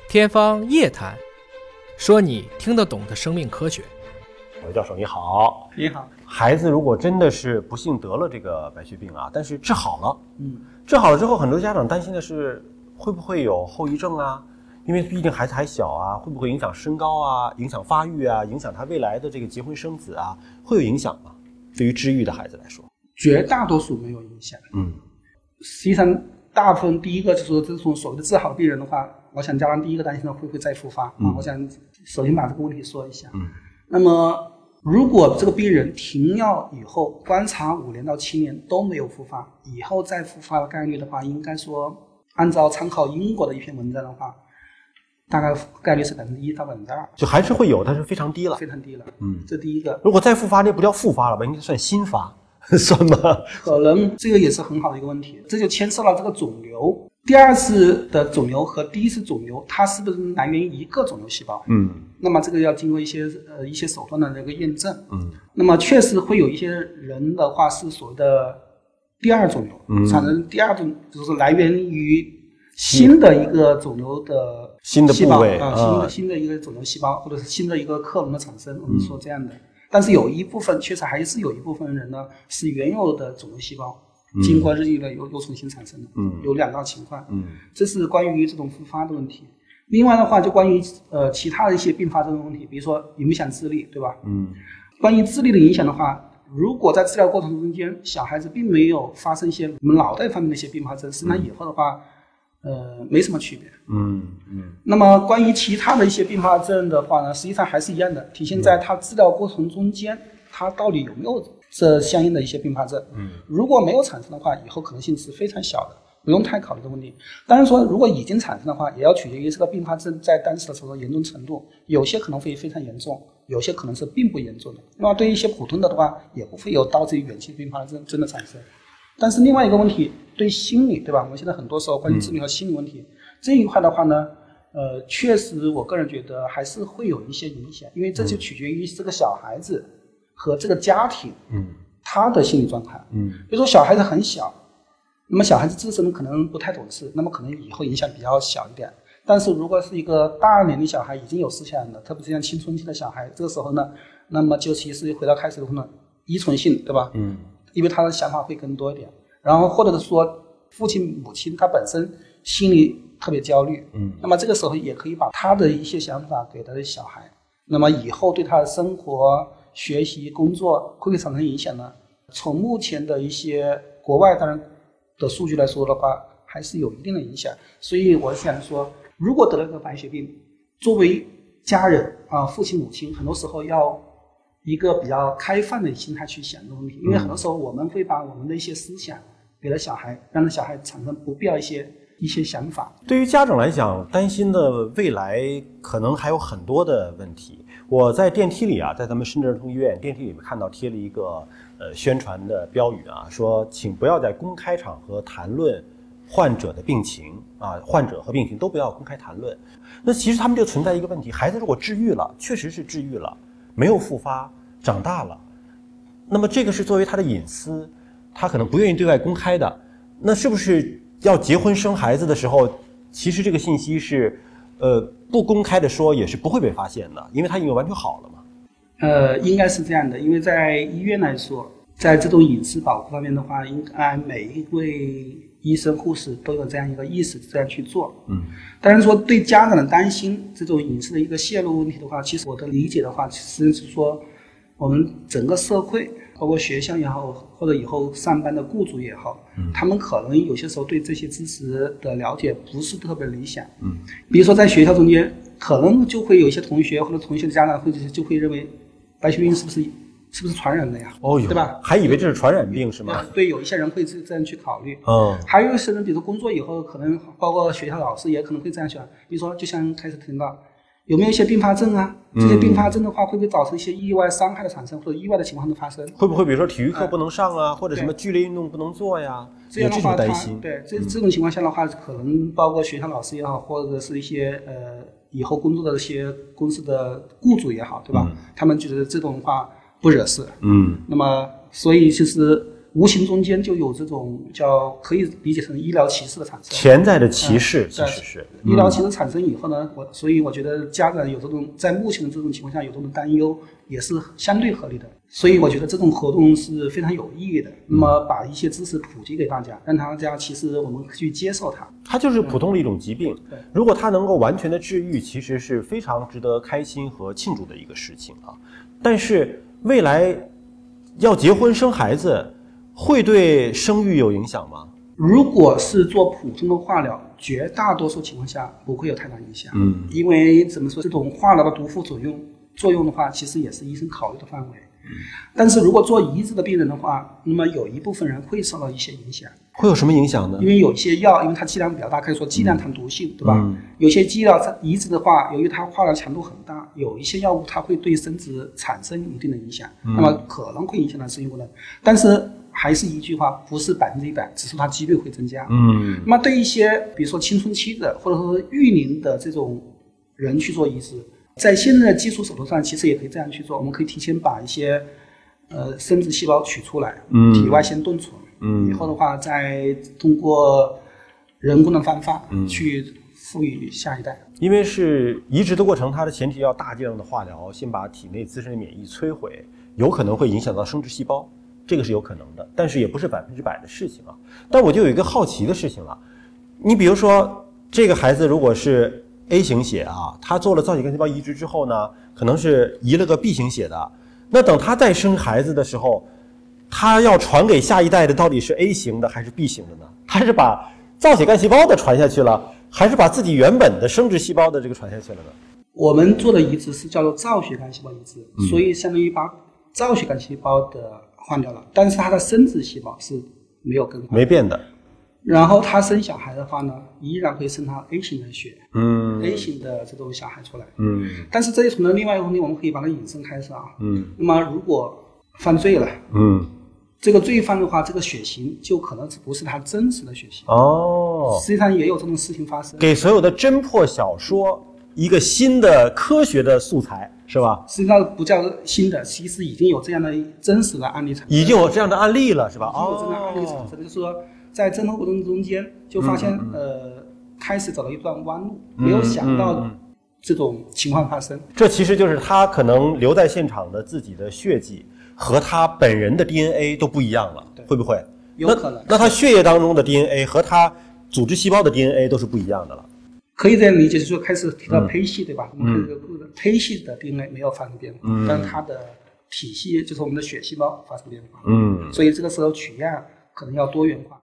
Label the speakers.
Speaker 1: 天方夜谭，说你听得懂的生命科学。
Speaker 2: 韦教授你好。
Speaker 3: 你好。
Speaker 2: 孩子如果真的是不幸得了这个白血病啊，但是治好了，治好了之后，很多家长担心的是会不会有后遗症啊？因为毕竟孩子还小啊，会不会影响身高啊，影响发育啊，影响他未来的这个结婚生子啊，会有影响吗？对于治愈的孩子来说，
Speaker 3: 绝大多数没有影响。实际上大部分第一个就是说这种所谓的治好的病人的话，我想家长第一个担心的会不会再复发我想首先把这个问题说一下。那么如果这个病人停药以后观察5年到7年都没有复发，以后再复发的概率的话，应该说按照参考英国的一篇文章的话，大概概率是1%到2%，
Speaker 2: 就还是会有，但是非常低了，
Speaker 3: 非常低了。这第一个。
Speaker 2: 如果再复发，那不叫复发了吧？应该算新发，算吗？
Speaker 3: 可能这个也是很好的一个问题，这就牵涉到这个肿瘤。第二次的肿瘤和第一次肿瘤，它是不是来源于一个肿瘤细胞？那么这个要经过一些手段的这个验证。那么确实会有一些人的话是所谓的第二肿瘤，产生第二种就是来源于新的一个肿瘤的
Speaker 2: 新的部位
Speaker 3: 新的一个肿瘤细胞，或者是新的一个克隆的产生，我们说这样的。但是有一部分确实还是有一部分人呢是原有的肿瘤细胞经过日益的又重新产生的。有2个情况。这是关于这种复发的问题。另外的话就关于其他的一些并发症的问题，比如说影响智力，对吧？关于智力的影响的话，如果在治疗过程中间小孩子并没有发生一些我们脑袋方面的一些并发症，实际上以后的话没什么区别。那么关于其他的一些并发症的话呢，实际上还是一样的，体现在他治疗过程中间他到底有没有这相应的一些并发症。如果没有产生的话，以后可能性是非常小的，不用太考虑这个问题。当然说如果已经产生的话，也要取决于这个并发症在当时的时候严重程度，有些可能会非常严重，有些可能是并不严重的。那么对于一些普通的话，也不会有导致远期并发症的产生。但是另外一个问题，对心理，对吧？我们现在很多时候关于智力和心理问题这一块的话呢，确实我个人觉得还是会有一些影响，因为这就取决于这个小孩子和这个家庭他的心理状态。比如说小孩子很小，那么小孩子自身可能不太懂事，那么可能以后影响比较小一点。但是如果是一个大年龄小孩已经有思想的，特别是像青春期的小孩，这个时候呢，那么就其实回到开始的话呢，依存性，对吧？因为他的想法会更多一点，然后或者是说父亲母亲他本身心里特别焦虑，那么这个时候也可以把他的一些想法给他的小孩，那么以后对他的生活学习工作会不会产生影响呢？从目前的一些国外当然的数据来说的话，还是有一定的影响。所以我想说，如果得了个白血病，作为家人父亲母亲很多时候要一个比较开放的心态去想这个问题，因为很多时候我们会把我们的一些思想给了小孩，让小孩产生不必要一些想法。
Speaker 2: 对于家长来讲，担心的未来可能还有很多的问题。我在电梯里在咱们深圳儿童医院电梯里面看到贴了一个宣传的标语说请不要在公开场合谈论患者的病情患者和病情都不要公开谈论。那其实他们就存在一个问题，孩子如果治愈了，确实是治愈了，没有复发，长大了，那么这个是作为他的隐私，他可能不愿意对外公开的。那是不是要结婚生孩子的时候，其实这个信息是不公开的说也是不会被发现的，因为他已经完全好了嘛？
Speaker 3: 应该是这样的，因为在医院来说，在这种隐私保护方面的话，应该每一位医生护士都有这样一个意识，这样去做。当然说对家长的担心这种隐私的一个泄露问题的话，其实我的理解的话，其实是说我们整个社会包括学校也好，或者以后上班的雇主也好，他们可能有些时候对这些知识的了解不是特别理想。比如说在学校中间，可能就会有一些同学或者同学的家长就会认为白血病是不是传染的呀？对吧？
Speaker 2: 还以为这是传染病是吗？
Speaker 3: 对，有一些人会这样去考虑。还有一些人，比如说工作以后，可能包括学校老师也可能会这样想，比如说就像开始听到有没有一些并发症这些并发症的话会不会造成一些意外伤害的产生，或者意外的情况的发生？
Speaker 2: 会不会比如说体育课不能上或者什么剧烈运动不能做呀？
Speaker 3: 这样的话，
Speaker 2: 有这种担心。
Speaker 3: 对，这种情况下的话，可能包括学校老师也好，或者是一些以后工作的一些公司的雇主也好，对吧？他们觉得这种话不惹事。那么所以其实无形中间就有这种可以理解成医疗歧视的产生，
Speaker 2: 潜在的歧视其实是。
Speaker 3: 医疗其实产生以后呢，所以我觉得家长有这种在目前的这种情况下有这种担忧也是相对合理的，所以我觉得这种活动是非常有意义的。那么把一些知识普及给大家，让大家其实我们去接受它。
Speaker 2: 它就是普通的一种疾病，如果它能够完全的治愈，其实是非常值得开心和庆祝的一个事情啊。但是未来要结婚生孩子，会对生育有影响吗？
Speaker 3: 如果是做普通的化疗，绝大多数情况下不会有太大影响。因为怎么说，这种化疗的毒副作用的话，其实也是医生考虑的范围。但是如果做移植的病人的话，那么有一部分人会受到一些影响。
Speaker 2: 会有什么影响呢？
Speaker 3: 因为有一些药，因为它剂量比较大，可以说剂量谈毒性，对吧？有些剂量移植的话，由于它化疗强度很大，有一些药物它会对生殖产生一定的影响，那么可能会影响到生育功能。但是还是一句话，不是100%，只是它几率会增加。那么对一些比如说青春期的或者说育龄的这种人去做移植，在现在的技术手段上，其实也可以这样去做。我们可以提前把一些生殖细胞取出来，体外先冻存，以后的话再通过人工的方法去赋予下一代。
Speaker 2: 因为是移植的过程，它的前提要大剂量的化疗，先把体内自身的免疫摧毁，有可能会影响到生殖细胞。这个是有可能的，但是也不是100%的事情啊。但我就有一个好奇的事情了，你比如说这个孩子如果是 A 型血啊，他做了造血干细胞移植之后呢，可能是移了个 B 型血的，那等他再生孩子的时候，他要传给下一代的到底是 A 型的还是 B 型的呢？他是把造血干细胞的传下去了，还是把自己原本的生殖细胞的这个传下去了呢？
Speaker 3: 我们做的移植是叫做造血干细胞移植，所以相当于把造血干细胞的换掉了，但是它的生殖细胞是没有更换，
Speaker 2: 没变的。
Speaker 3: 然后他生小孩的话呢，依然会生他 A 型的血，A 型的这种小孩出来，但是这一层的另外一个问题，我们可以把它引申开始啊，那么如果犯罪了，这个罪犯的话，这个血型就可能不是他真实的血型哦，实际上也有这种事情发生，
Speaker 2: 给所有的侦破小说一个新的科学的素材。是吧？
Speaker 3: 实际上不叫新的，其实已经有这样的真实的案例产生，
Speaker 2: 已经有这样的案例了，是吧？
Speaker 3: 已经有这样的案例产生，就是说在侦破过程中间就发现，开始走了一段弯路，没有想到这种情况发生。
Speaker 2: 这其实就是他可能留在现场的自己的血迹和他本人的 DNA 都不一样了，会不会？
Speaker 3: 有可能。
Speaker 2: 那他血液当中的 DNA 和他组织细胞的 DNA 都是不一样的了。
Speaker 3: 可以这样理解，就是说开始提到胚系，对吧？我们看这个胚系的 DNA 没有发生变化，但是它的体系，就是我们的血细胞发生变化。所以这个时候取样可能要多元化。